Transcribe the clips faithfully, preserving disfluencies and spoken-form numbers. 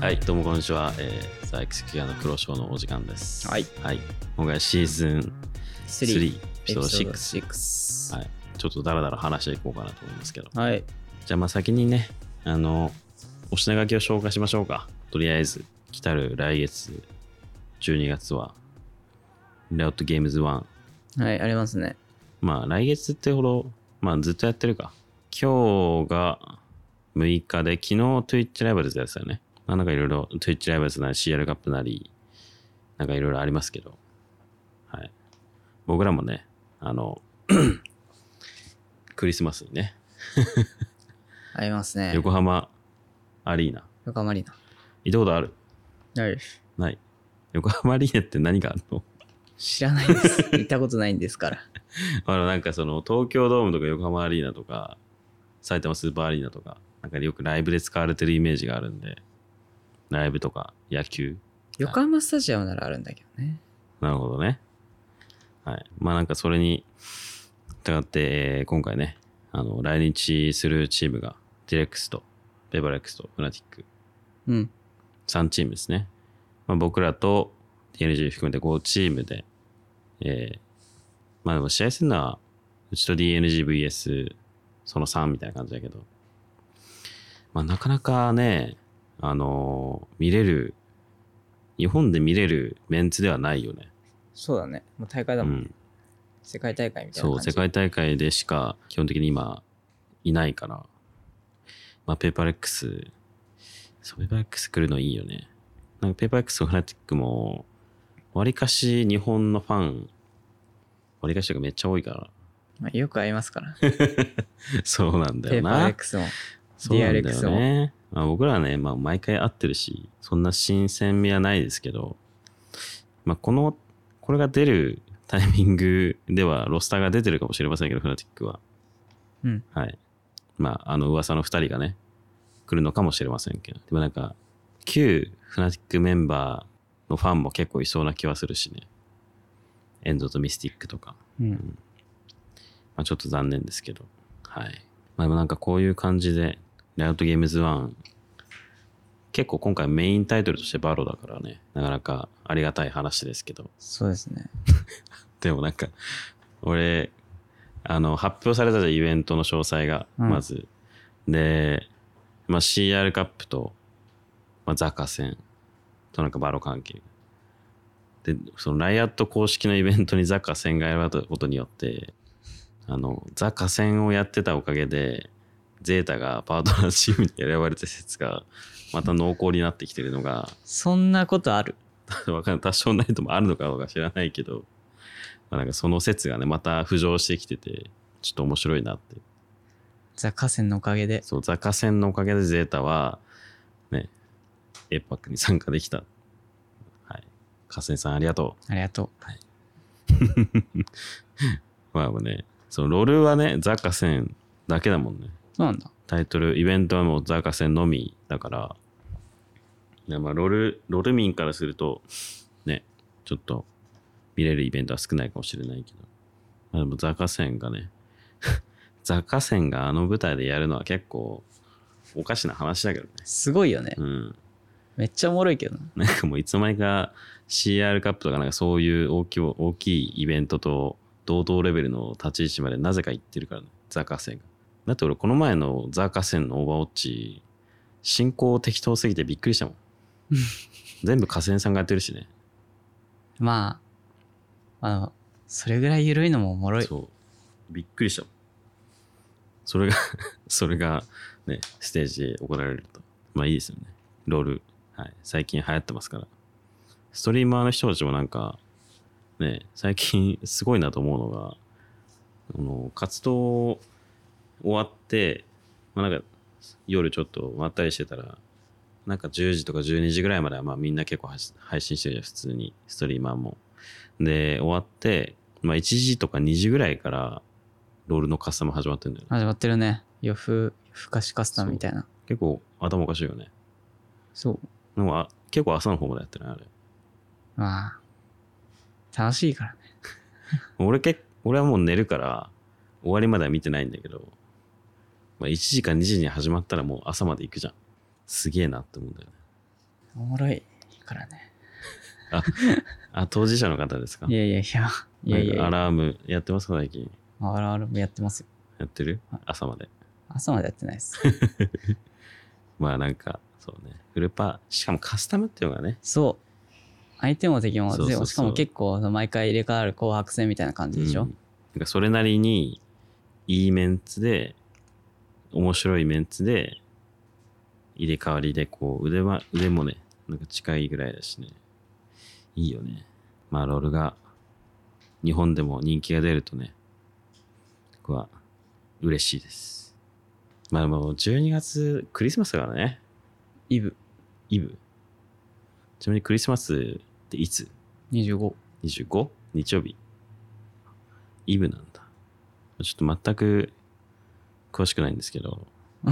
はい、どうもこんにちは。えー、サイクスキアの黒潮のお時間です。 はい。 はい。今回はシーズンスリー、エピソードシックス。 シックスはい。ちょっとダラダラ話していこうかなと思いますけど。 はい。 じゃあまあ先にね、あの、お品書きを紹介しましょうか。とりあえず、来たる来月、じゅうにがつは、レオットゲームズワン。 はい、ありますね。 まあ来月ってほど、まあずっとやってるか。今日がむいかで、昨日 Twitch ライブでやってたよね。まあなんかいろいろ Twitch ライブなり シーアール カップなり、なんかいろいろありますけど、はい。僕らもね、あの、クリスマスにね、 ありますね。 横浜アリーナ。 横浜アリーナ。 行ったことある？ ないです。 ない。横浜アリーナって何があるの？ 知らないです。行ったことないんですから。 あのなんかその東京ドームとか横浜アリーナとか、埼玉スーパーアリーナとか、なんかよくライブで使われてるイメージがあるんで、ライブとか野球。 横浜スタジアムならあるんだけどね。 なるほどね。はい。まあなんかそれに従って、えー今回ね、あの、来日するチームが、ディレックスと、ペーパーレックスとフナティック、 うん。 さんチームですね。まあ僕らと ティーエヌジー 含めてごチームで、えーまあでも試合するのは、うちと ディーエヌジーブイエス そのさんみたいな感じだけど、まあなかなかね、あのー見れる、日本で見れるメンツではないよね。 そうだね。もう大会だもんね。 うん世界大会みたいなそう、 感じ。 世界大会でしか基本的に今いないから、まあペーパーレックス、そうペーパーレックス来るのいいよね。なんかペーパーレックスとフナティックも、わりかし日本のファン、わりかしがめっちゃ多いから。 まあ、よく会いますから。 そうなんだよペーパーレッな。 クスも。 そうなんだディーアールエックスよも。 ね。まあ、僕らはね、まあ毎回会ってるし、そんな新鮮味はないですけど、まあこの、これが出るタイミングではロスターが出てるかもしれませんけど、フナティックは。 うん。 はい。まあ、あの噂の二人がね、来るのかもしれませんけど。でもなんか、旧フナティックメンバーのファンも結構いそうな気はするしね。エンドとミスティックとか。 うん。 まあ、ちょっと残念ですけど。はい。まあでもなんかこういう感じで、ライオットゲームズワン、結構今回メインタイトルとしてバロだからね、なかなかありがたい話ですけど。 そうですね。 でもなんか、俺、あの、発表されたじゃんイベントの詳細が、 うんまず。で、まあ シーアール カップと、まあ、ザカ戦となんかバロ関係。で、そのライアット公式のイベントにザカ戦が選ばれたことによって、あの、ザカ戦をやってたおかげで、ゼータがパートナーチームに選ばれた説が、また濃厚になってきてるのが、 そんなことある。 わかんない。多少ないともあるのかどうか知らないけど、まあ、なんかその説がね、また浮上してきてて、ちょっと面白いなって。 ザ・河川のおかげで。 そう、ザカ戦のおかげでゼータは、ね、エーパックに参加できた。はい。河川さんありがとありがとう。まあね、そのロールはね、ザカ戦だけだもんね。 う。そうなんだ。 タイトル、イベントはもうザカ戦のみだから、いやまあロール、ロール民からすると、ね、ちょっと見れるイベントは少ないかもしれないけど、まあ、でもザカ戦がね、ザカ戦があの舞台でやるのは結構おかしな話だけどね。 すごいよね。 うん。 めっちゃおもろいけどな。 なんかもういつの間にか シーアール カップとかなんかそういう大きい大きいイベントと同等レベルの立ち位置までなぜか行ってるからね、ザカ戦が。だって俺この前のザカ戦のオーバーウォッチ、進行適当すぎてびっくりしたもん。全部河川さんがやってるしね。 まあ、あの、それぐらい緩いのもおもろい。 そう。びっくりしたもん。それが、それがね、ステージで行われると。まあいいですよね。ロール。はい。最近流行ってますから。ストリーマーの人たちもなんか、ね、最近すごいなと思うのが、あの活動終わって、まあなんか夜ちょっとまったりしてたら、なんかじゅうじとかじゅうにじぐらいまではまあみんな結構配信してるじゃん、普通に。ストリーマーも。で、終わって、まあいちじとかにじぐらいからロールのカスタム始まってるんだよね。 始まってるね。夜風、夜更かしカスタムみたいな。 結構頭おかしいよね。 そう。 でもあ結構朝の方までやってないあれ。 まあ、楽しいからね。 俺け俺はもう寝るから終わりまでは見てないんだけど、まあ、いちじかにじに始まったらもう朝まで行くじゃん。すげえなって思うんだよね。 おもろいからね。 あ、あ、当事者の方ですか？ いやいやいや、いやいやいや。 アラームやってますか最近？ アラームやってますよ。 やってる？朝まで。 朝までやってないです。 まあなんか、そうね。フルパー、しかもカスタムっていうのがね。 そう。相手も敵も、 そうそうそうしかも結構毎回入れ替わる紅白戦みたいな感じでしょ、 うん、なんかそれなりにいいメンツで、面白いメンツで、入れ替わりで、こう、腕は、腕もね、なんか近いぐらいだしね。いいよね。まあ、ロールが、日本でも人気が出るとね、僕は嬉しいです。まあ、もうじゅうにがつ、クリスマスだからね。 イブ。 イブ。ちなみにクリスマスっていつ？ にじゅうご。 にじゅうご？ 日曜日。イブなんだ。ちょっと全く詳しくないんですけど。はい、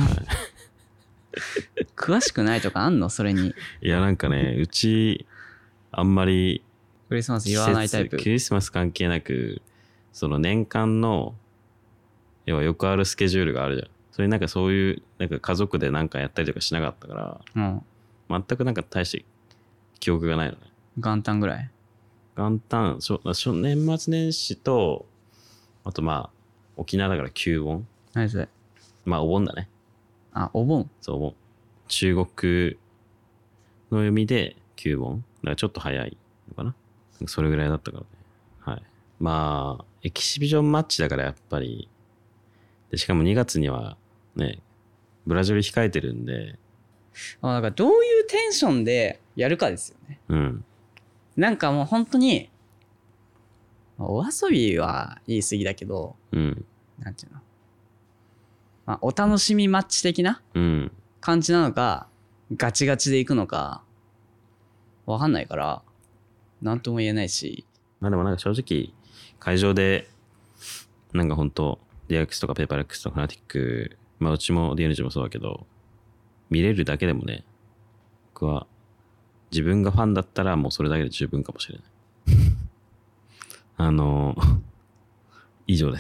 詳しくないとかあんのそれに。 いや、なんかね、うち、あんまり、 クリスマス言わないタイプ。 クリスマス関係なく、その年間の、要はよくあるスケジュールがあるじゃん。それなんかそういう、なんか家族でなんかやったりとかしなかったから、 うん。 全くなんか大して記憶がないのね。 元旦ぐらい。 元旦、しょしょ年末年始と、あとまあ、沖縄だから旧盆。 何それ。 まあお盆だね。 あ、お盆。 そう、お盆。中国の読みで旧盆。だからちょっと早いのかな。それぐらいだったからね。はい。まあ、エキシビジョンマッチだからやっぱり、でしかもにがつにはね、ブラジル控えてるんで。 あ、だからどういうテンションでやるかですよね。 うん。 なんかもう本当に、お遊びは言い過ぎだけど、 うん。 なんていうの。まあ、お楽しみマッチ的なうん。 感じなのか、ガチガチで行くのか、わかんないから、なんとも言えないし。 まあでもなんか正直、会場で、なんか本当 ディーアールエックス とかペーパーレックスとかフナティック、まあうちも ディーエヌジー もそうだけど、見れるだけでもね、僕は自分がファンだったらもうそれだけで十分かもしれない。あの、以上です。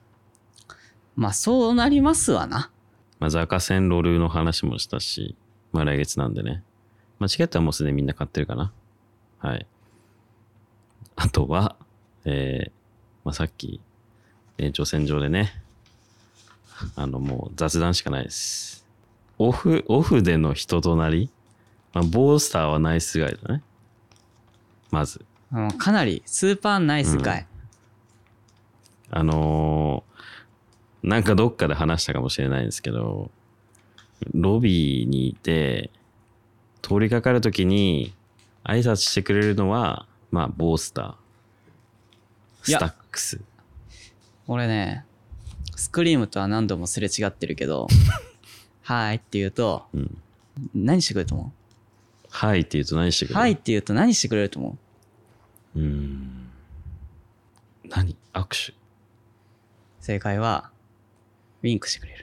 まあそうなりますわな。 まあザーカ戦ロールの話もしたし、まあ来月なんでね。まあチケットはもうすでにみんな買ってるかな。はい。あとは、えー、まあさっき、延長線上でね、あのもう雑談しかないです。オフ、オフでの人となり、まあ、ボースターはナイスガイだね。まず。 かなりスーパーナイスガイ。 うん、あのー、なんかどっかで話したかもしれないんですけど、ロビーにいて、通りかかるときに挨拶してくれるのは、まあ、ボースター。スタックス。 俺ね、スクリームとは何度もすれ違ってるけど、はいって言うと、うん、何してくれると思う？ はいって言うと何してくれる？ はいって言うと何してくれると思ううーん。何？握手？ 正解は、ウィンクしてくれる。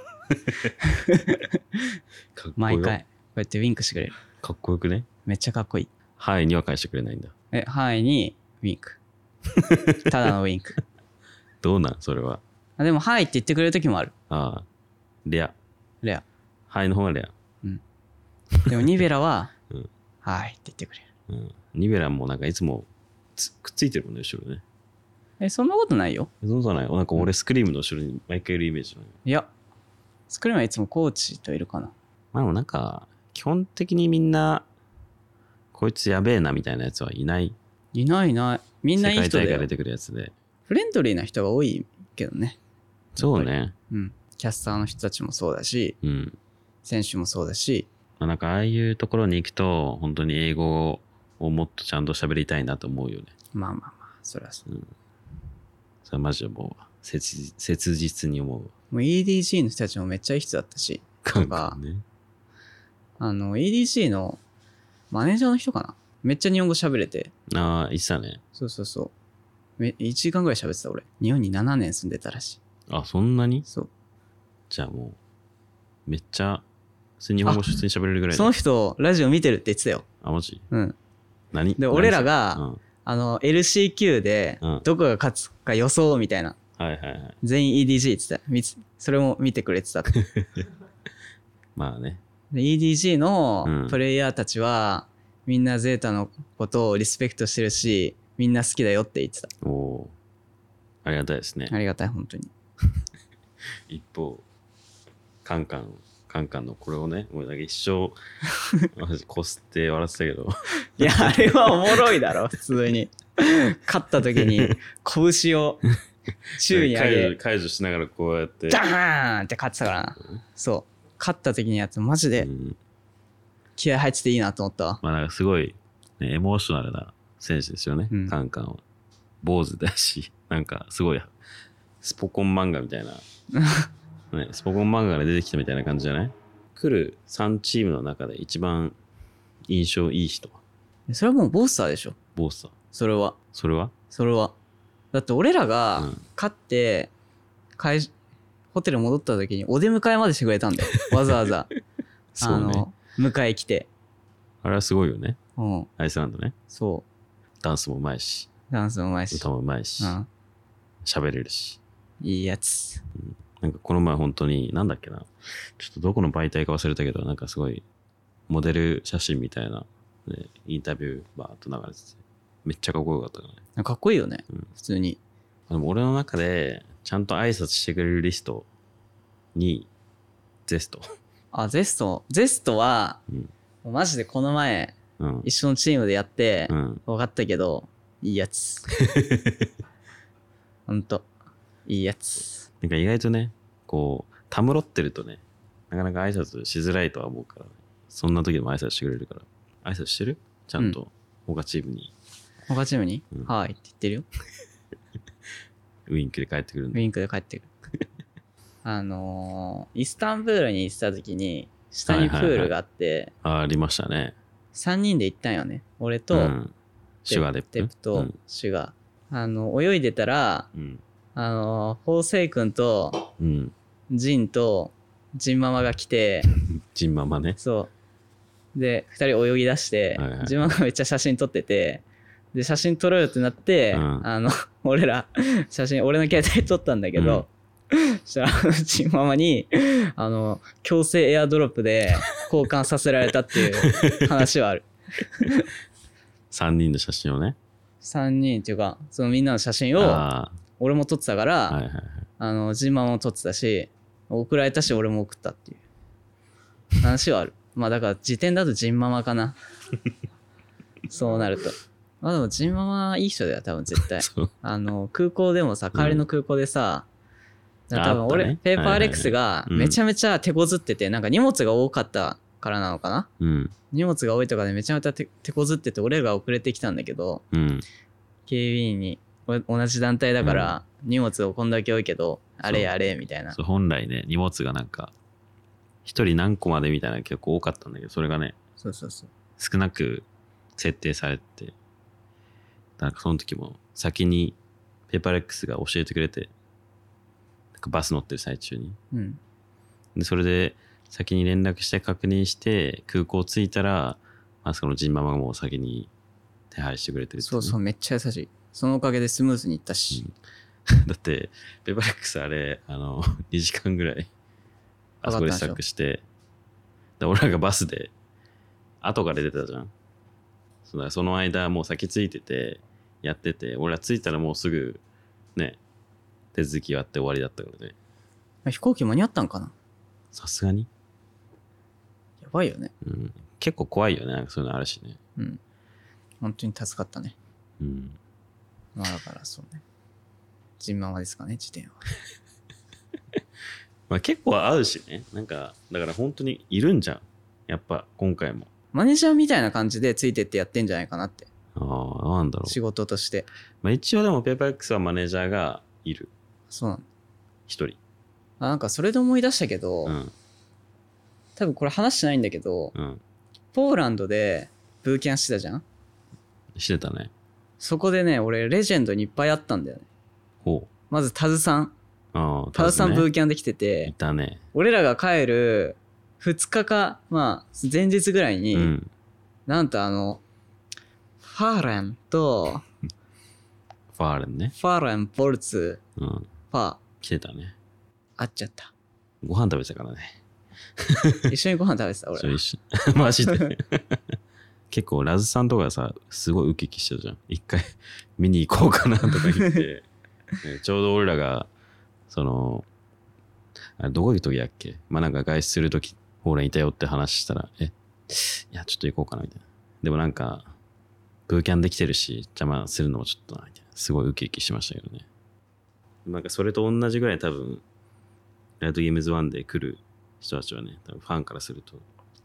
かっこよ。 毎回、こうやってウィンクしてくれる。 かっこよくね？ めっちゃかっこいい。 はいには返してくれないんだ。 え、はいに、ウィンク。ただのウィンク。 どうなんそれは。 あでも、はいって言ってくれる時もある。 ああ。レア。 レア。 はいの方がレア。 うん。でも、ニベラは、うん、はいって言ってくれる。うん。ニベラもなんかいつもつくっついてるもんね、後ろね。 え、そんなことないよ。 そんなことない。なんか俺スクリームの後ろに毎回いるイメージない。 いや、スクリームはいつもコーチといるかな。 まあでもなんか、基本的にみんな、こいつやべえなみたいなやつはいない。 いないいない。みんないい人だよ。 世界大会出てくるやつで。 フレンドリーな人が多いけどね。 そうね。 うん。キャスターの人たちもそうだし、 うん。 選手もそうだし。 まあ、なんかああいうところに行くと、本当に英語をもっとちゃんと喋りたいなと思うよね。 まあまあまあ、それはそう。うん、 それはマジでもう切、切実に思う。 もう イーディージー の人たちもめっちゃいい人だったし。とか、ね、あの、イーディージー のマネージャーの人かなめっちゃ日本語喋れて。 ああ、言ってたね。 そうそうそう。めいちじかんぐらい喋ってた俺。日本にななねん住んでたらしい。 あ、そんなに？ そう。 じゃあもう、めっちゃ、日本語普通に喋れるぐらい。 その人、ラジオ見てるって言ってたよ。 あ、マジ？ うん。 何？ で、俺らが、うん、あの、エルシーキュー で、どこが勝つか予想みたいな。 うん、はいはいはい。 全員 イーディージー って言ってた。それも見てくれてた。 まあね。 で イーディージーうのんプレイヤーたちはみんなゼータのことをリスペクトしてるしみんな好きだよって言ってた。 おおー、ありがたいですね。 ありがたい本当に。 一方カンカンカンカンのこれをね、もうだけ一生私こすって笑ってたけどいやあれはおもろいだろ普通に。勝った時に拳を宙に上げ解除解除しながらこうやってダーンって勝ってたからな。そう勝った時にやつマジでうん気合入ってていいなと思ったわ。 まあなんかすごい、ね、エモーショナルな選手ですよね、 うんカンカンは。坊主だし、なんかすごいスポコン漫画みたいな、ね、スポコン漫画が出てきたみたいな感じじゃない？来るさんチームの中で一番印象いい人はそれはもうボスターでしょ。 ボスター。 それはそれはそれはだって俺らがうん勝って会ホテル戻った時にお出迎えまでしてくれたんだよわざわざそうね。 あの迎え来て。 あれはすごいよね。 うんアイスランドね。 そダンスもうまいし、 うダンスもうまいし歌もうまいし、 うん喋れるし。 いいやつ。 なんかこの前本当に、なんだっけな。ちょっとどこの媒体か忘れたけど、なんかすごい、モデル写真みたいな、ね、インタビューバーっと流れてて、めっちゃかっこよかったからね。 かっこいいよね、 うん普通に。 でも俺の中で、ちゃんと挨拶してくれるリストに、ゼスト。 あゼストゼストは、 うんもうマジでこの前うん。 一緒のチームでやって、 うん。 分かったけどいいやつほんといいやつ。 なんか意外とね、こう、たむろってるとね、なかなか挨拶しづらいとは思うから、ね、そんな時でも挨拶してくれるから。挨拶してるちゃんと、他チームに他チームに、 うんはいって言ってるよ。 ウィンクで帰ってくるんウで。 ィンクで帰ってくるあのー、イスタンブールに行った時に下にプールがあって、 あ、ありましたね。 さんにんで行ったんよね。俺と、 うん、シュガーデップ。 テプとうんシュガー、あの泳いでたらうん。 あのー、ホウセイ君とうん。 ジンとジンママが来てジンママね。 そうでふたり泳ぎ出して、 はいはいジンママがめっちゃ写真撮ってて、で写真撮ろうよってなって、 うんあの俺ら写真俺の携帯撮ったんだけど、そしたらジンママにあの強制エアドロップで交換させられたっていう話はあるさんにんの写真をね。 さんにんっていうかそのみんなの写真をあ俺も撮ってたから、 あ、はいはいはい。 あのジンママも撮ってたし送られたし俺も送ったっていう話はある。まあだから時点だとジンママかなそうなると。まあでもジンママいい人だよ多分絶対。 そう。 あの空港でもさ帰りの空港でさ、だから多分俺、 あったねペーパーレックスがめちゃめちゃ手こずってて、なんか荷物が多かったからなのかな、 うん。 荷物が多いとかでめちゃめちゃ手手こずってて俺らが遅れてきたんだけど、 うん。 警備員にお同じ団体だから荷物をこんだけ多いけど、あれやれみたいな。 そう本来ね、荷物がなんか、一人何個までみたいな結構多かったんだけど、それがね、 そうそうそう。 少なく設定されて、なんかその時も先にペーパーレックスが教えてくれて、なんかバス乗ってる最中に。 うん。 で、それで先に連絡して確認して空港着いたら、まあそのジンママがもう先に手配してくれてるっていねそうそう、めっちゃ優しい。そのおかげでスムーズにいったし。 だってペーパーレックスあれあのにじかんぐらいあそこで試着してで俺らがバスで後から出てたじゃん。そのその間もう先着いててやってて俺ら着いたらもうすぐね手続きやって終わりだったからね。 飛行機間に合ったんかな。 さすがに、 やばいよね。 うん、結構怖いよねなんかそういうのあるしね。 うん。本当に助かったね。 うんまあだからそうね。ジンママですかね、時点は。 まあ結構合うしね。なんかだから本当にいるんじゃんやっぱ今回も。 マネージャーみたいな感じでついてってやってんじゃないかなって。 ああなんだろう。 仕事として。 まあ、一応でもペーパー X はマネージャーがいるそうなんだ。 一人。 あ、なんかそれで思い出したけど、 うん多分これ話してないんだけど、 うんポーランドでブーキャンしてたじゃん。 してたね。 そこでね、俺レジェンドにいっぱいあったんだよね。 ほう。 まずタズさん。 ああタズさんブーキキャンできていて、 たね。 俺らが帰るふつかか、まあ前日ぐらいに、 うん。 なんとあの、ファーレンと、 ファーレンね。 ファーレン、ボルツ、 うん。 ファー、 来てたね。 会っちゃった。 ご飯食べてたからね。 一緒にご飯食べてた俺。 一緒マジで結構ラズさんとかさすごいウキウキしてたじゃん。一回見に行こうかなとか言ってね、ちょうど俺らがそのあれどこ行く時だっけ、まあなんか外出する時ほらいたよって話したら、えいやちょっと行こうかなみたいな。でもなんかブーキャンできてるし邪魔するのもちょっとなみたいな、すごいウキウキしましたけどね。なんかそれと同じぐらい多分ライトゲームズワンで来る人たちはね、多分ファンからすると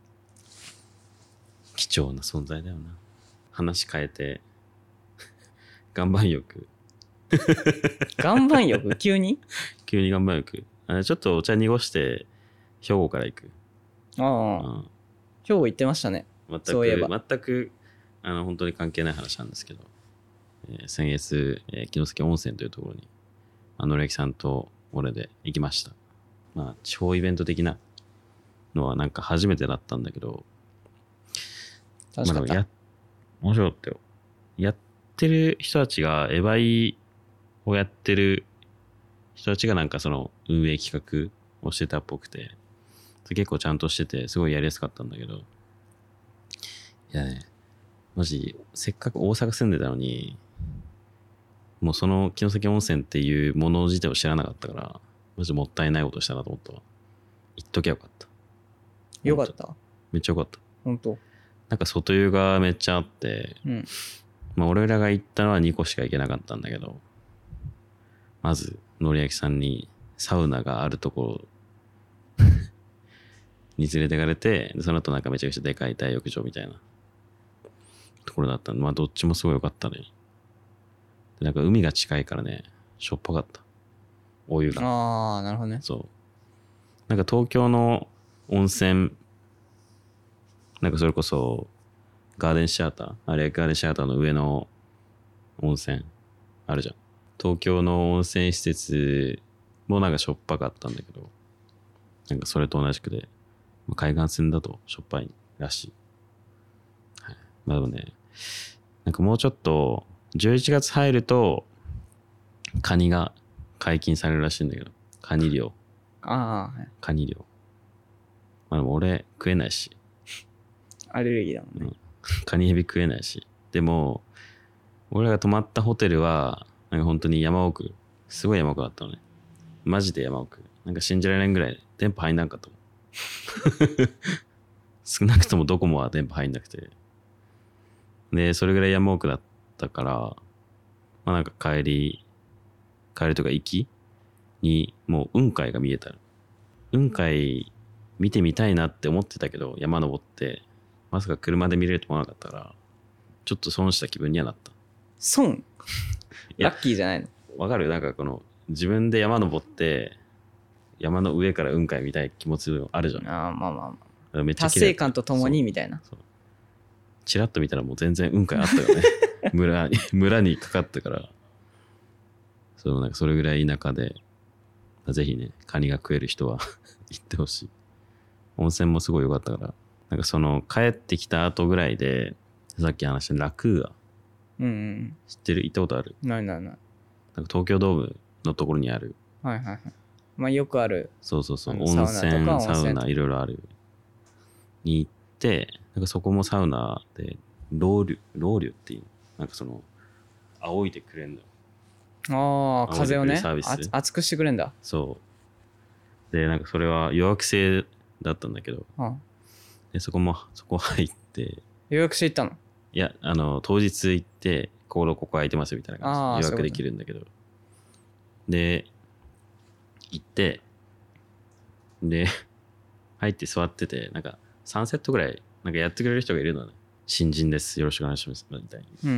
貴重な存在だよな。話変えて岩盤浴岩盤浴急に急に岩盤浴、あちょっとお茶濁して兵庫から行く。 ああ、 うん、 兵庫行ってましたね。 全そういえばく全くあの本当に関係ない話なんですけど、えー、先月、えー、城崎温泉というところにあのれきさんと俺で行きました。まあ地方イベント的なのはなんか初めてだったんだけど、 楽しかった。 まあ、や面白かったよ。やってる人たちがエヴァイをやってる人たちがなんかその運営企画をしてたっぽくて、結構ちゃんとしててすごいやりやすかったんだけど、いやねマジせっかく大阪住んでたのにもうその城崎温泉っていうもの自体を知らなかったから、マジもったいないことしたなと思ったわ。言っときゃよかった。 よかった。 めっちゃよかった。 本当。 なんか外湯がめっちゃあって、 うん、 まあ俺らが行ったのはにこしか行けなかったんだけど、まずのりやきさんにサウナがあるところに連れてかれて、その後なんかめちゃくちゃでかい大浴場みたいなところだったんで、まあどっちもすごい良かったね。でなんか海が近いからね、しょっぱかった。お湯が。 ああ、なるほどね。 そう。なんか東京の温泉、なんかそれこそガーデンシアター、あれガーデンシアターの上の温泉あるじゃん。東京の温泉施設もなんかしょっぱかったんだけど、なんかそれと同じくで、海岸線だとしょっぱいらしい。はい。まあでもね、なんかもうちょっと、じゅういちがつ入ると、カニが解禁されるらしいんだけど、カニ漁。 ああ、はい。 カニ漁。まあでも俺食えないし。 アレルギーだもんね。 うん、カニエビ食えないし。でも、俺が泊まったホテルは、なんか本当に山奥、すごい山奥だったのね。マジで山奥。なんか信じられないぐらい電波入んなかったもん。少なくともドコモは電波入んなくて。で、それぐらい山奥だったから、まあなんか帰り、帰りとか行きにもう雲海が見えたら。雲海見てみたいなって思ってたけど、山登って、まさか車で見れると思わなかったから、ちょっと損した気分にはなった。 損ラッキーじゃないの？ わかる？なんかこの、自分で山登って、山の上から雲海見たい気持ちあるじゃん。 ああ、まあまあまあ。 めっちゃ達成感とともにみたいな。 そう。チラッと見たらもう全然雲海あったよね。村に、村にかかったから。そう、なんかそれぐらい田舎で、ぜひね、カニが食える人は行ってほしい。温泉もすごい良かったから。なんかその帰ってきた後ぐらいで、さっき話したラクーア。 うんうん。 知ってる？行ったことある？ ないないない。 なんか東京ドームのところにある。 はいはいはい。まあよくある。 そうそうそう。 温温泉、 泉、 ササウナ、いろいろある。に行って、なんかそこもサウナで、ロウリュ、ロウリュっていう、なんかその、仰いでくれんの。 ああ、風をね、 サービスあ熱くしてくれんだ。 そう。で、なんかそれは予約制だったんだけど、 ああでそこも、そこ入って、 予約していったの？ いや、あの、当日行って、ここここ空いてますみたいな感じで予約できるんだけど、で、行って、で、入って座ってて、なんかさんセットぐらい、なんかやってくれる人がいるのね。新人です。よろしくお願いします。みたいに。 うん。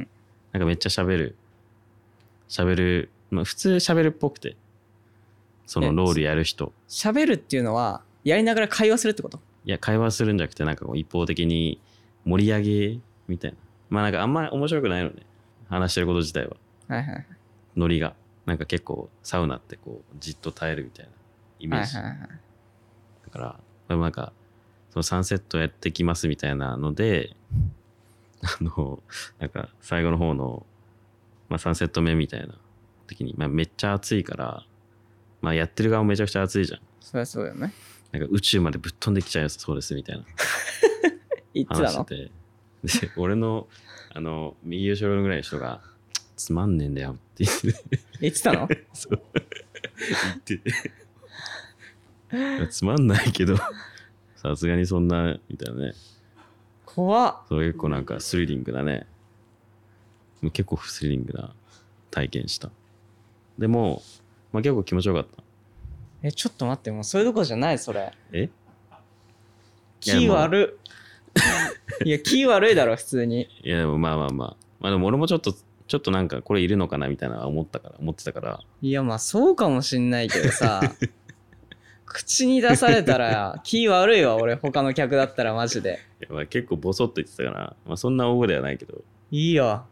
なんかめっちゃ喋る。喋る。まあ普通喋るっぽくて。そのロールやる人。 喋るっていうのは、やりながら会話するってこと？ いや、会話するんじゃなくて、なんかこう一方的に盛り上げみたいな。まあなんかあんまり面白くないのね。話してること自体は。 はいはい。 ノリが。なんか結構サウナってこうじっと耐えるみたいなイメージ。 はいはいはい。 だから、でもなんか、そのさんセットやってきますみたいなので、あの、なんか最後の方の、まあさんセット目みたいな時に、まあめっちゃ暑いから、まあやってる側もめちゃくちゃ暑いじゃん。 そりゃそうよね。 なんか宇宙までぶっ飛んできちゃうそうですみたいな言ってたの？ 話してて、で俺のあの右後ろぐらいの人がつまんねえんだよって言って言ってたの？ そう言ってていやつまんないけどさすがにそんなみたいなね。 怖っ。 それ結構なんかスリリングだね。結構スリリングな体験した。でも、まあ、結構気持ちよかった。 え、ちょっと待って、もうそういうとこじゃない、それ。 え気悪い。いや、気悪いだろ、普通に。 いやでもまあまあまあ。まあでも俺もちょっと、ちょっとなんかこれいるのかなみたいな思ったから、思ってたから。 いや、まあそうかもしんないけどさ、口に出されたら気悪いわ、俺、他の客だったらマジで。 いやまあ結構ボソッと言ってたから、まあそんな大声ではないけど。 いいよ。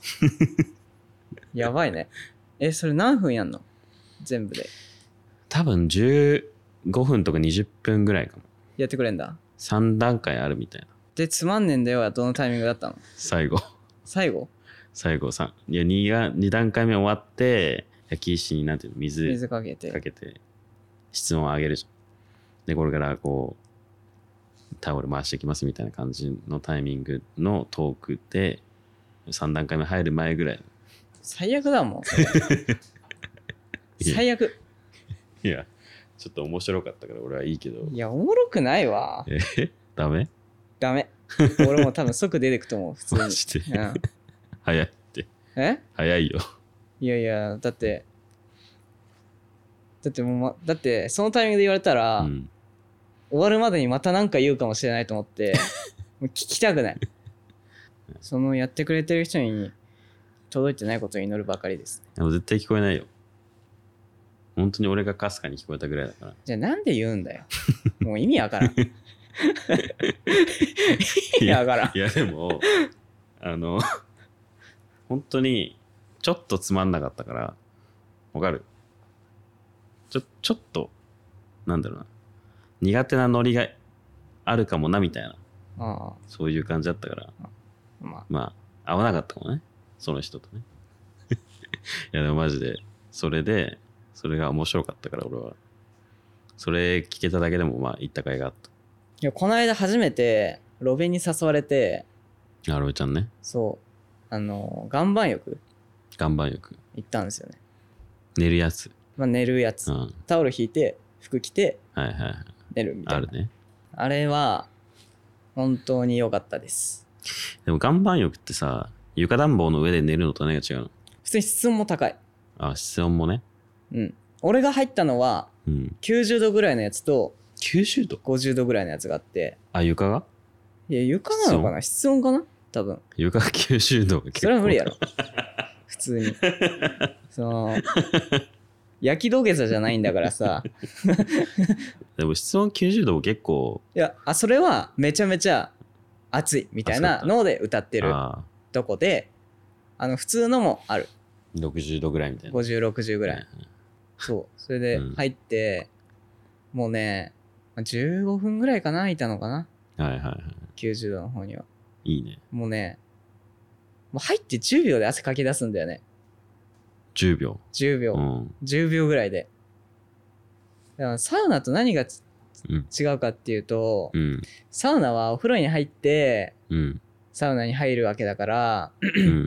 やばいね。え、それ何分やんの？全部で。 多分じゅうごふんとかにじゅっぷんぐらいかも。 やってくれんだ。 さん段階あるみたいな。 で、つまんねんだよはどのタイミングだったの？ 最後。 最後？ 最後さん。いや 2, がに段階目終わって、焼き石になんていうの水水かけて。 かけて質問を上げるじゃん。で、これからこう、タオル回していきますみたいな感じのタイミングのトークで、さん段階目入る前ぐらい。 最悪だもん。それ最悪。 いや、ちょっと面白かったから俺はいいけど。 いや、おもろくないわ。 えダメダメ。俺も多分即出てくと思う、普通に。 マジで、 うん、 早いって。 え早いよ。 いやいや、だって、だってもう、ま、だってそのタイミングで言われたら、 うん、 終わるまでにまた何か言うかもしれないと思って、もう聞きたくない。そのやってくれてる人に届いてないことを祈るばかりです。 でも絶対聞こえないよ。本当に俺がかすかに聞こえたぐらいだから。 じゃあなんで言うんだよ。もう意味わからん。意味わからん。 いやでも、あの、本当にちょっとつまんなかったから、わかる？ちょ、ちょっと、なんだろうな。苦手なノリがあるかもなみたいな。 ああ、 そういう感じだったから。 まあ、 まあ、合わなかったかもね。その人とね。いやでもマジで、それで、それが面白かったから俺は。それ聞けただけでもまあ行った甲斐があった。 いや、この間初めてロベに誘われて、 あロベちゃんね。 そう、あの、岩盤浴岩盤浴。 行ったんですよね。 寝るやつ。 まあ寝るやつ。 うん。 タオル引いて、服着て、 はいはいはい。 寝るみたいな。 あるね。 あれは、本当に良かったです。 でも岩盤浴ってさ、床暖房の上で寝るのと何が違うの？ 普通に室温も高い。 あ、室温もね。 うん。俺が入ったのは、 うん。 きゅうじゅうどぐらいのやつと、 きゅうじゅうど？ ごじゅうどぐらいのやつがあって、 あ、床が？ いや、床なのかな？室温かな？多分。 床がきゅうじゅうどが結構。 それは無理やろ。普通に。その、焼き土下座じゃないんだからさ。 でも室温きゅうじゅうども結構。 いや、あ、それはめちゃめちゃ暑いみたいなので歌ってるとこで、あの、普通のもある。 ろくじゅうどぐらいみたいな。 ごじゅう、ろくじゅうぐらい。 はいはい、 そう。それで入って、うん、もうね、じゅうごふんぐらいかな、いたのかな。 はいはいはい。 きゅうじゅうどの方には。 いいね。 もうね、もう入ってじゅうびょうで汗かき出すんだよね。 じゅうびょう。 じゅうびょう。 うん、 じゅうびょうぐらいで。だからサウナと何が、うん、違うかっていうと、 うん、 サウナはお風呂に入って、 うん、 サウナに入るわけだからうんうん、うん、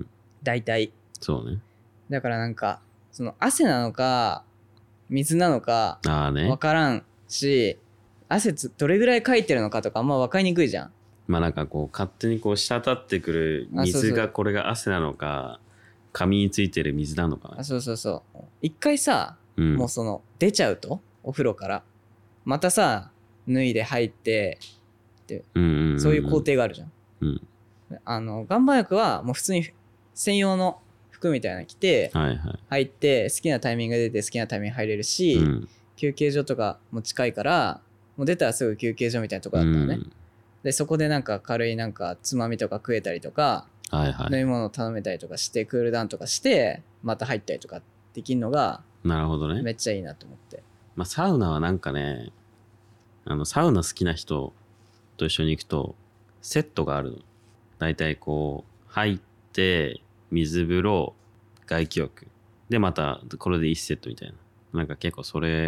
大体。 そうね。 だからなんか、その汗なのか、水なのか、わからんし、汗つどれぐらいかいてるのかとかあんま分かりにくいじゃん。 まあなんかこう勝手にこう滴ってくる水がこれが汗なのか、髪についてる水なのか。 あ、そうそうそう。一回さ、うん、もうその出ちゃうとお風呂からまたさ脱いで入ってって、うんうんうん、そういう工程があるじゃん。うん、あの岩盤浴はもう普通に専用の服みたいなの着て、はいはい、入って好きなタイミングで出て好きなタイミング入れるし、うん、休憩所とかも近いからもう出たらすぐ休憩所みたいなとこだったのね、うん、でそこでなんか軽いなんかつまみとか食えたりとか、はいはい、飲み物を頼めたりとかしてクールダウンとかしてまた入ったりとかできるのがなるほどねめっちゃいいなと思って。 まあサウナはなんかね、あのサウナ好きな人と一緒に行くとセットがあるの。だいたいこう入って水風呂外気浴でまたこれでいちセットみたいな、なんか結構それが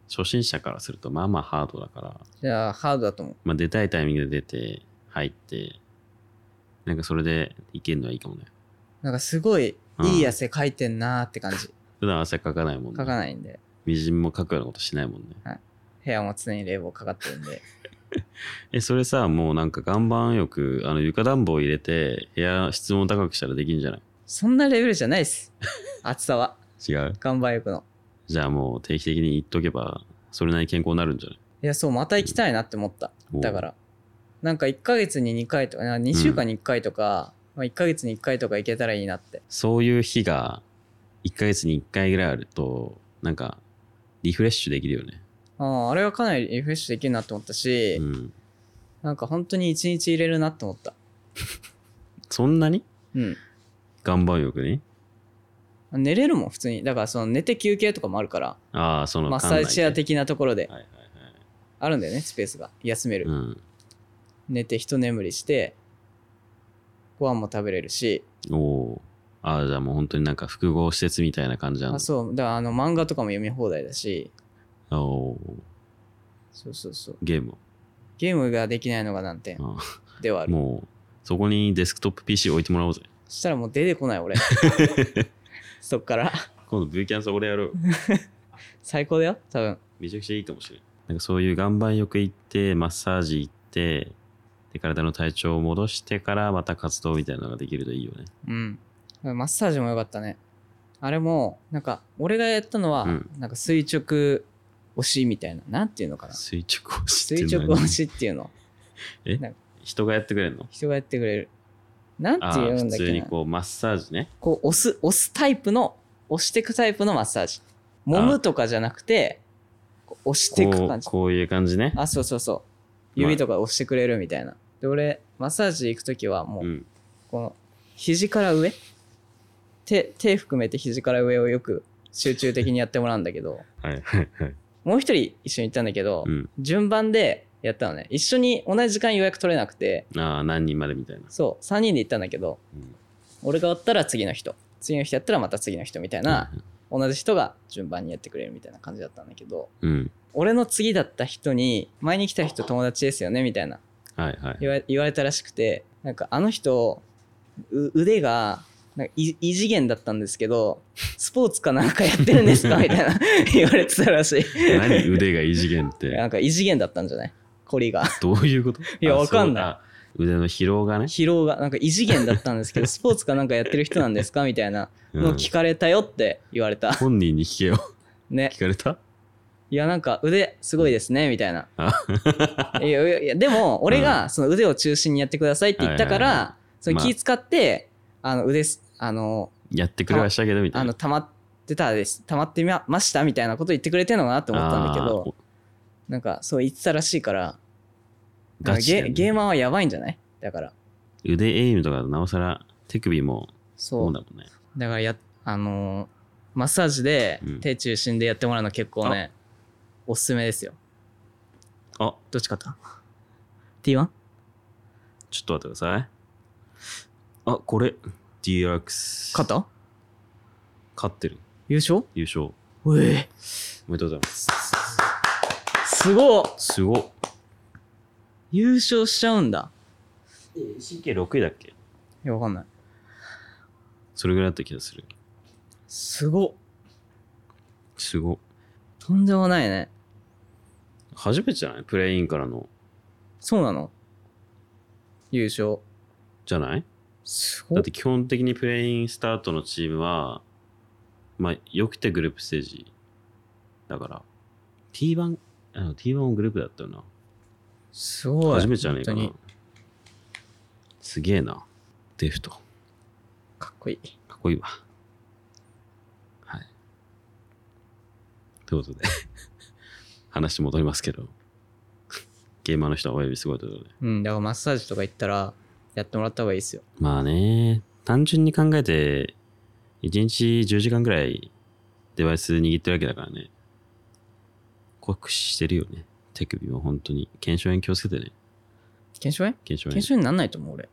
初心者からするとまあまあハードだから、 じゃあハードだと思う。 まあ出たいタイミングで出て入ってなんかそれでいけるのはいいかもね。 なんかすごいいい汗かいてんなーって感じ。 普段汗かかないもんね。 かかないんで。 みじんもかくようなことしないもんね。 はい。部屋も常に冷房かかってるんで。 え、それさ、もうなんか岩盤浴、あの床暖房入れて部屋室温高くしたらできんじゃない？ そんなレベルじゃないです。暑さは。 違う？ 岩盤浴の。 じゃあもう定期的に行っとけば、それなりに健康になるんじゃない？ いや、そう、また行きたいなって思った。 うん、 だから。なんかいっかげつににかいとか、にしゅうかんにいっかいとか、うん、まあ、いっかげつにいっかいとか行けたらいいなって。 そういう日がいっかげつにいっかいぐらいあると、なんかリフレッシュできるよね。 ああ、あれはかなりリフレッシュできるなって思ったし、うん、なんか本当にいちにち入れるなって思った。 そんなに？ うん。 岩盤浴に？ 寝れるもん普通に。だからその寝て休憩とかもあるから、 ああ、そのマッサージチェア的なところで、 はいはいはい、 あるんだよね、スペースが。休める。 うん、 寝て一眠りして、ご飯も食べれるし。 おお。ああ、じゃあもう本当になんか複合施設みたいな感じなんだ。 あ、そう。だからあの漫画とかも読み放題だし。 おお。 そうそうそう。 ゲームゲームができないのが難点ではある。 もうそこにデスクトップ ピーシー 置いてもらおうぜ。 そしたらもう出てこない俺。そっから今度 V キャンそこでやろう。 最高だよ多分。 めちゃくちゃいいかもしれない。なんかそういう岩盤浴行ってマッサージ行ってで体の体調を戻してからまた活動みたいなのができるといいよね。 うん。マッサージもよかったね。あれもなんか俺がやったのは、うん、なんか垂直押しみたいな、なんていうのかな。 垂直押しって何？ 垂直押しっていうの。 え？人がやってくれるの？ 人がやってくれる。なんていうんだっけな。 普通にこうマッサージね。 こう押す押すタイプの押していくタイプのマッサージ。揉むとかじゃなくて押していく感じ。 こう、こういう感じね。 あ、そうそうそう。指とか押してくれるみたいな。で俺マッサージ行くときはもう、うん、この肘から上。手手含めて肘から上をよく集中的にやってもらうんだけど。 はいはいはい。 もう一人一緒に行ったんだけど、うん、順番でやったのね。一緒に同じ時間予約取れなくて。 ああ、何人までみたいな。 そう、さんにんで行ったんだけど、うん、俺が終わったら次の人、次の人やったらまた次の人みたいな、うん、同じ人が順番にやってくれるみたいな感じだったんだけど、うん、俺の次だった人に、前に来た人友達ですよねみたいな、はいはい、言われ、言われたらしくて、なんかあの人、腕が、なんか異次元だったんですけどスポーツかなんかやってるんですかみたいな言われてたらしい。 何腕が異次元って。 なんか異次元だったんじゃない？コリが。 どういうこと？ いやわかんない。 腕の疲労がね。 疲労がなんか異次元だったんですけどスポーツかなんかやってる人なんですかみたいなのを聞かれたよって言われた。 うん、本人に聞けよ。ね。聞かれた？ いやなんか腕すごいですねみたいな。いやいやでも俺がその腕を中心にやってくださいって言ったから、はいはいはい、その気使って、まあ、あの腕あのやってくれましたけどみたいな、 あの溜まってたです溜まってましたみたいなこと言ってくれてるのかなって思ったんだけど、なんかそう言ってたらしいからガチ、ね、ゲ, ゲーマーはやばいんじゃない？だから腕エイムとかなおさら手首もそうだもんね。 だからやあのー、マッサージで手中心でやってもらうの結構ね、うん、おすすめですよ。 あ、 どっち勝った？ ティーワン？ ちょっと待ってください。あ、これ ディーアールエックス勝った？ 勝ってる。 優勝？ 優勝。 うえおめでとうございます。 すごっ。 すごっ。 優勝しちゃうんだ。 神経ろくいだっけ？いやわかんない。 それぐらいだった気がする。 すごっ。 すごっ。 とんでもないね。 初めてじゃない？プレインからの。 そうなの？優勝じゃない？ すごっ。 だって基本的にプレインスタートのチームはまあよくてグループステージだから ティーワン あの ティーワン もグループだったよな。 すごい。 初めてじゃねえかな。すげえな。デフトかっこいい。 かっこいいわ。はい。ということで話戻りますけどゲーマーの人は親指すごいということで。 うん、だからマッサージとか行ったらやってもらった方がいいですよ。 まあね、単純に考えていちにちじゅうじかんぐらいデバイス握ってるわけだからね。酷使してるよね。手首も本当に。腱鞘炎気をつけてね。 腱鞘炎？ 腱鞘炎。 腱鞘炎なんないと思う俺。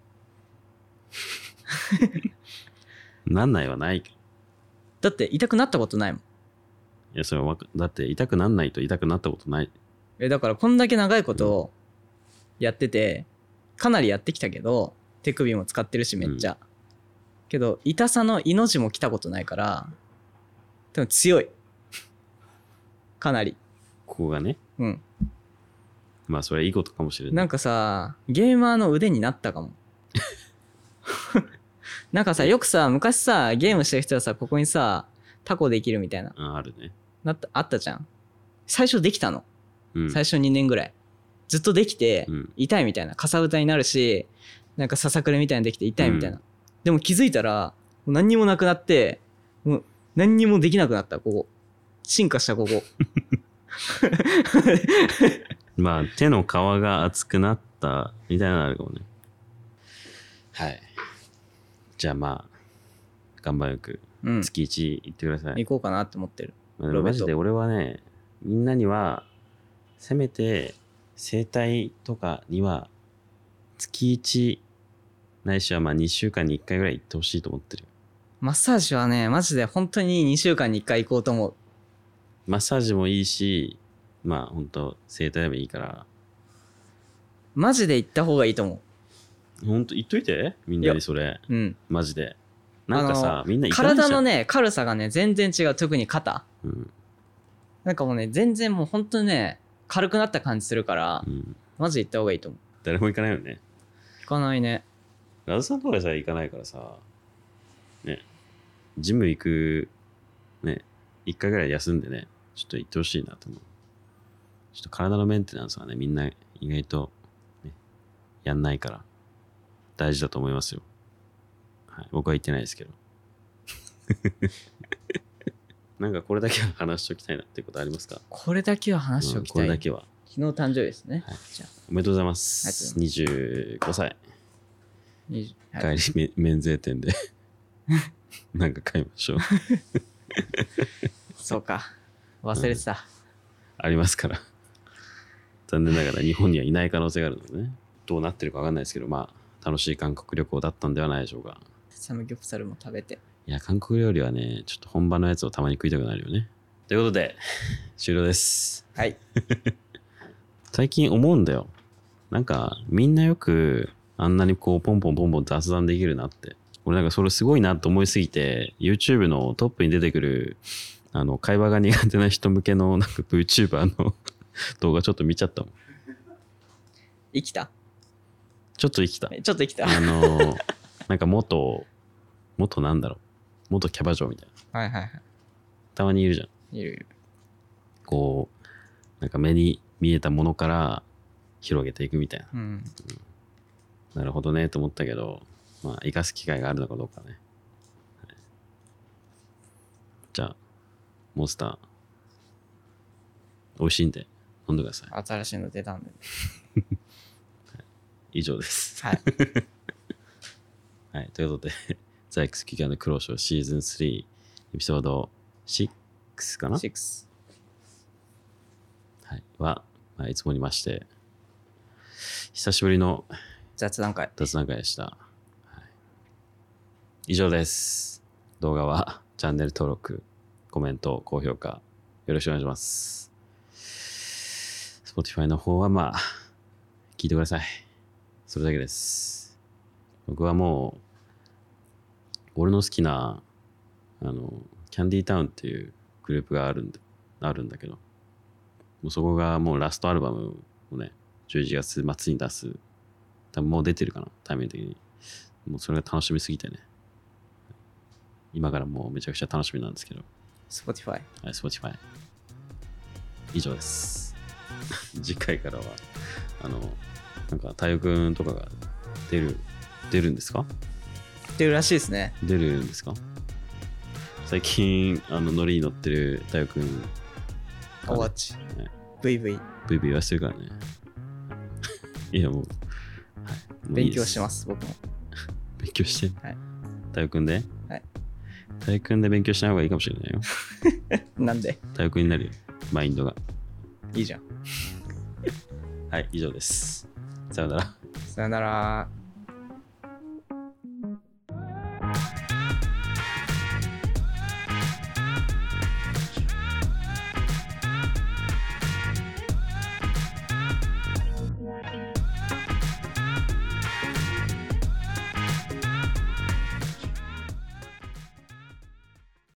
なんないはない。 だって痛くなったことないもん。 いやそれはわかだって痛くなんないと痛くなったことない。 えだからこんだけ長いことやっててかなりやってきたけど手首も使ってるしめっちゃ、うん、けど痛さの命も来たことないからでも強いかなりここがね。 うんまあそれはいいことかもしれない。 なんかさゲーマーの腕になったかもなんかさよくさ昔さゲームしてる人はさここにさタコできるみたいなあ, あるねなったあったじゃん。最初できたの、 うん、 最初にねんぐらいずっとできて、うん、痛いみたいなかさぶたになるしなんかささくれみたいにできて痛いみたいな、うん、でも気づいたらもう何にもなくなってもう何にもできなくなった。ここ進化したここまあ手の皮が厚くなったみたいなのあるかもね。はいじゃあまあ頑張よく月いち行ってください、 うん、行こうかなって思ってる。 マジで俺はねみんなにはせめて整体とかには月いちないしはまあにしゅうかんにいっかいぐらい行ってほしいと思ってる。 マッサージはねマジで本当ににしゅうかんにいっかい行こうと思う。 マッサージもいいしまあ本当整体でもいいからマジで行った方がいいと思う。本当言っといてみんなにそれ、うん、マジでなんかさみんな行かないじゃん。 体のね軽さがね全然違う。特に肩、うん、なんかもうね全然もう本当にね軽くなった感じするから、うん、マジで行った方がいいと思う。 誰も行かないよね。 行かないね。 ラズさんとかでさ行かないからさねジム行くねいっかいぐらい休んでねちょっと行ってほしいなと思う。ちょっと体のメンテナンスはねみんな意外と、ね、やんないから大事だと思いますよ。はい、僕は言ってないですけどなんかこれだけは話しておきたいなってことありますか？ これだけは話しておきたい、 うん、これだけは昨日誕生日ですね、はい、 じゃあおめでとうございます。にじゅうごさい、はい、帰り免税店でなんか買いましょうそうか忘れてた、うん、 ありますから残念ながら日本にはいない可能性があるのでねどうなってるか分かんないですけどまあ楽しい韓国旅行だったんではないでしょうか。 サムギョプサルも食べていや韓国料理はねちょっと本場のやつをたまに食いたくなるよね。ということで終了です。 はい最近思うんだよなんかみんなよくあんなにこうポンポンポンポン雑談できるなって。俺なんかそれすごいなと思いすぎて YouTube のトップに出てくるあの会話が苦手な人向けのなんか VTuber の動画ちょっと見ちゃったもん。 生きたちょっと生きたちょっと生きたあのなんか元元なんだろう元キャバ嬢みたいなはいはいはいたまにいるじゃん。 いるいる。 こうなんか目に見えたものから広げていくみたいな、うんうん、なるほどねと思ったけどまあ生かす機会があるのかどうかね、はい、じゃあモンスター美味しいんで飲んでください。 新しいの出たんで、 はい、以上ですはい、 はい、ということでザイクスキキャンのクローショーシーズンスリーエピソードろくかなろく、 はい、は、まあ、いつもにまして久しぶりの雑談会雑談会でした、はい、以上です。動画はチャンネル登録コメント高評価よろしくお願いします。 Spotify の方はまあ聞いてください。それだけです。僕はもう俺の好きなあのキャンディータウンっていうグループがあるんであるんだけどもうそこがもうラストアルバムをねじゅういちがつ末に出す。多分もう出てるかなタイミング的に。もうそれが楽しみすぎてね今からもうめちゃくちゃ楽しみなんですけど Spotify はい Spotify 以上です次回からはあのなんか太陽くんとかが出る出るんですか？ 出るらしいですね。 出るんですか？最近あのノリに乗ってる太陽くんおわち、ね、ブイブイブイブイ言わせてるからねいやもう、はい、もう勉強してます僕も勉強してる、 はい、 太陽くんで、 はい、 太陽くんで勉強しない方がいいかもしれないよなんで？ 太陽くんになるよマインドが。 いいじゃんはい以上です。さよなら。 さよなら。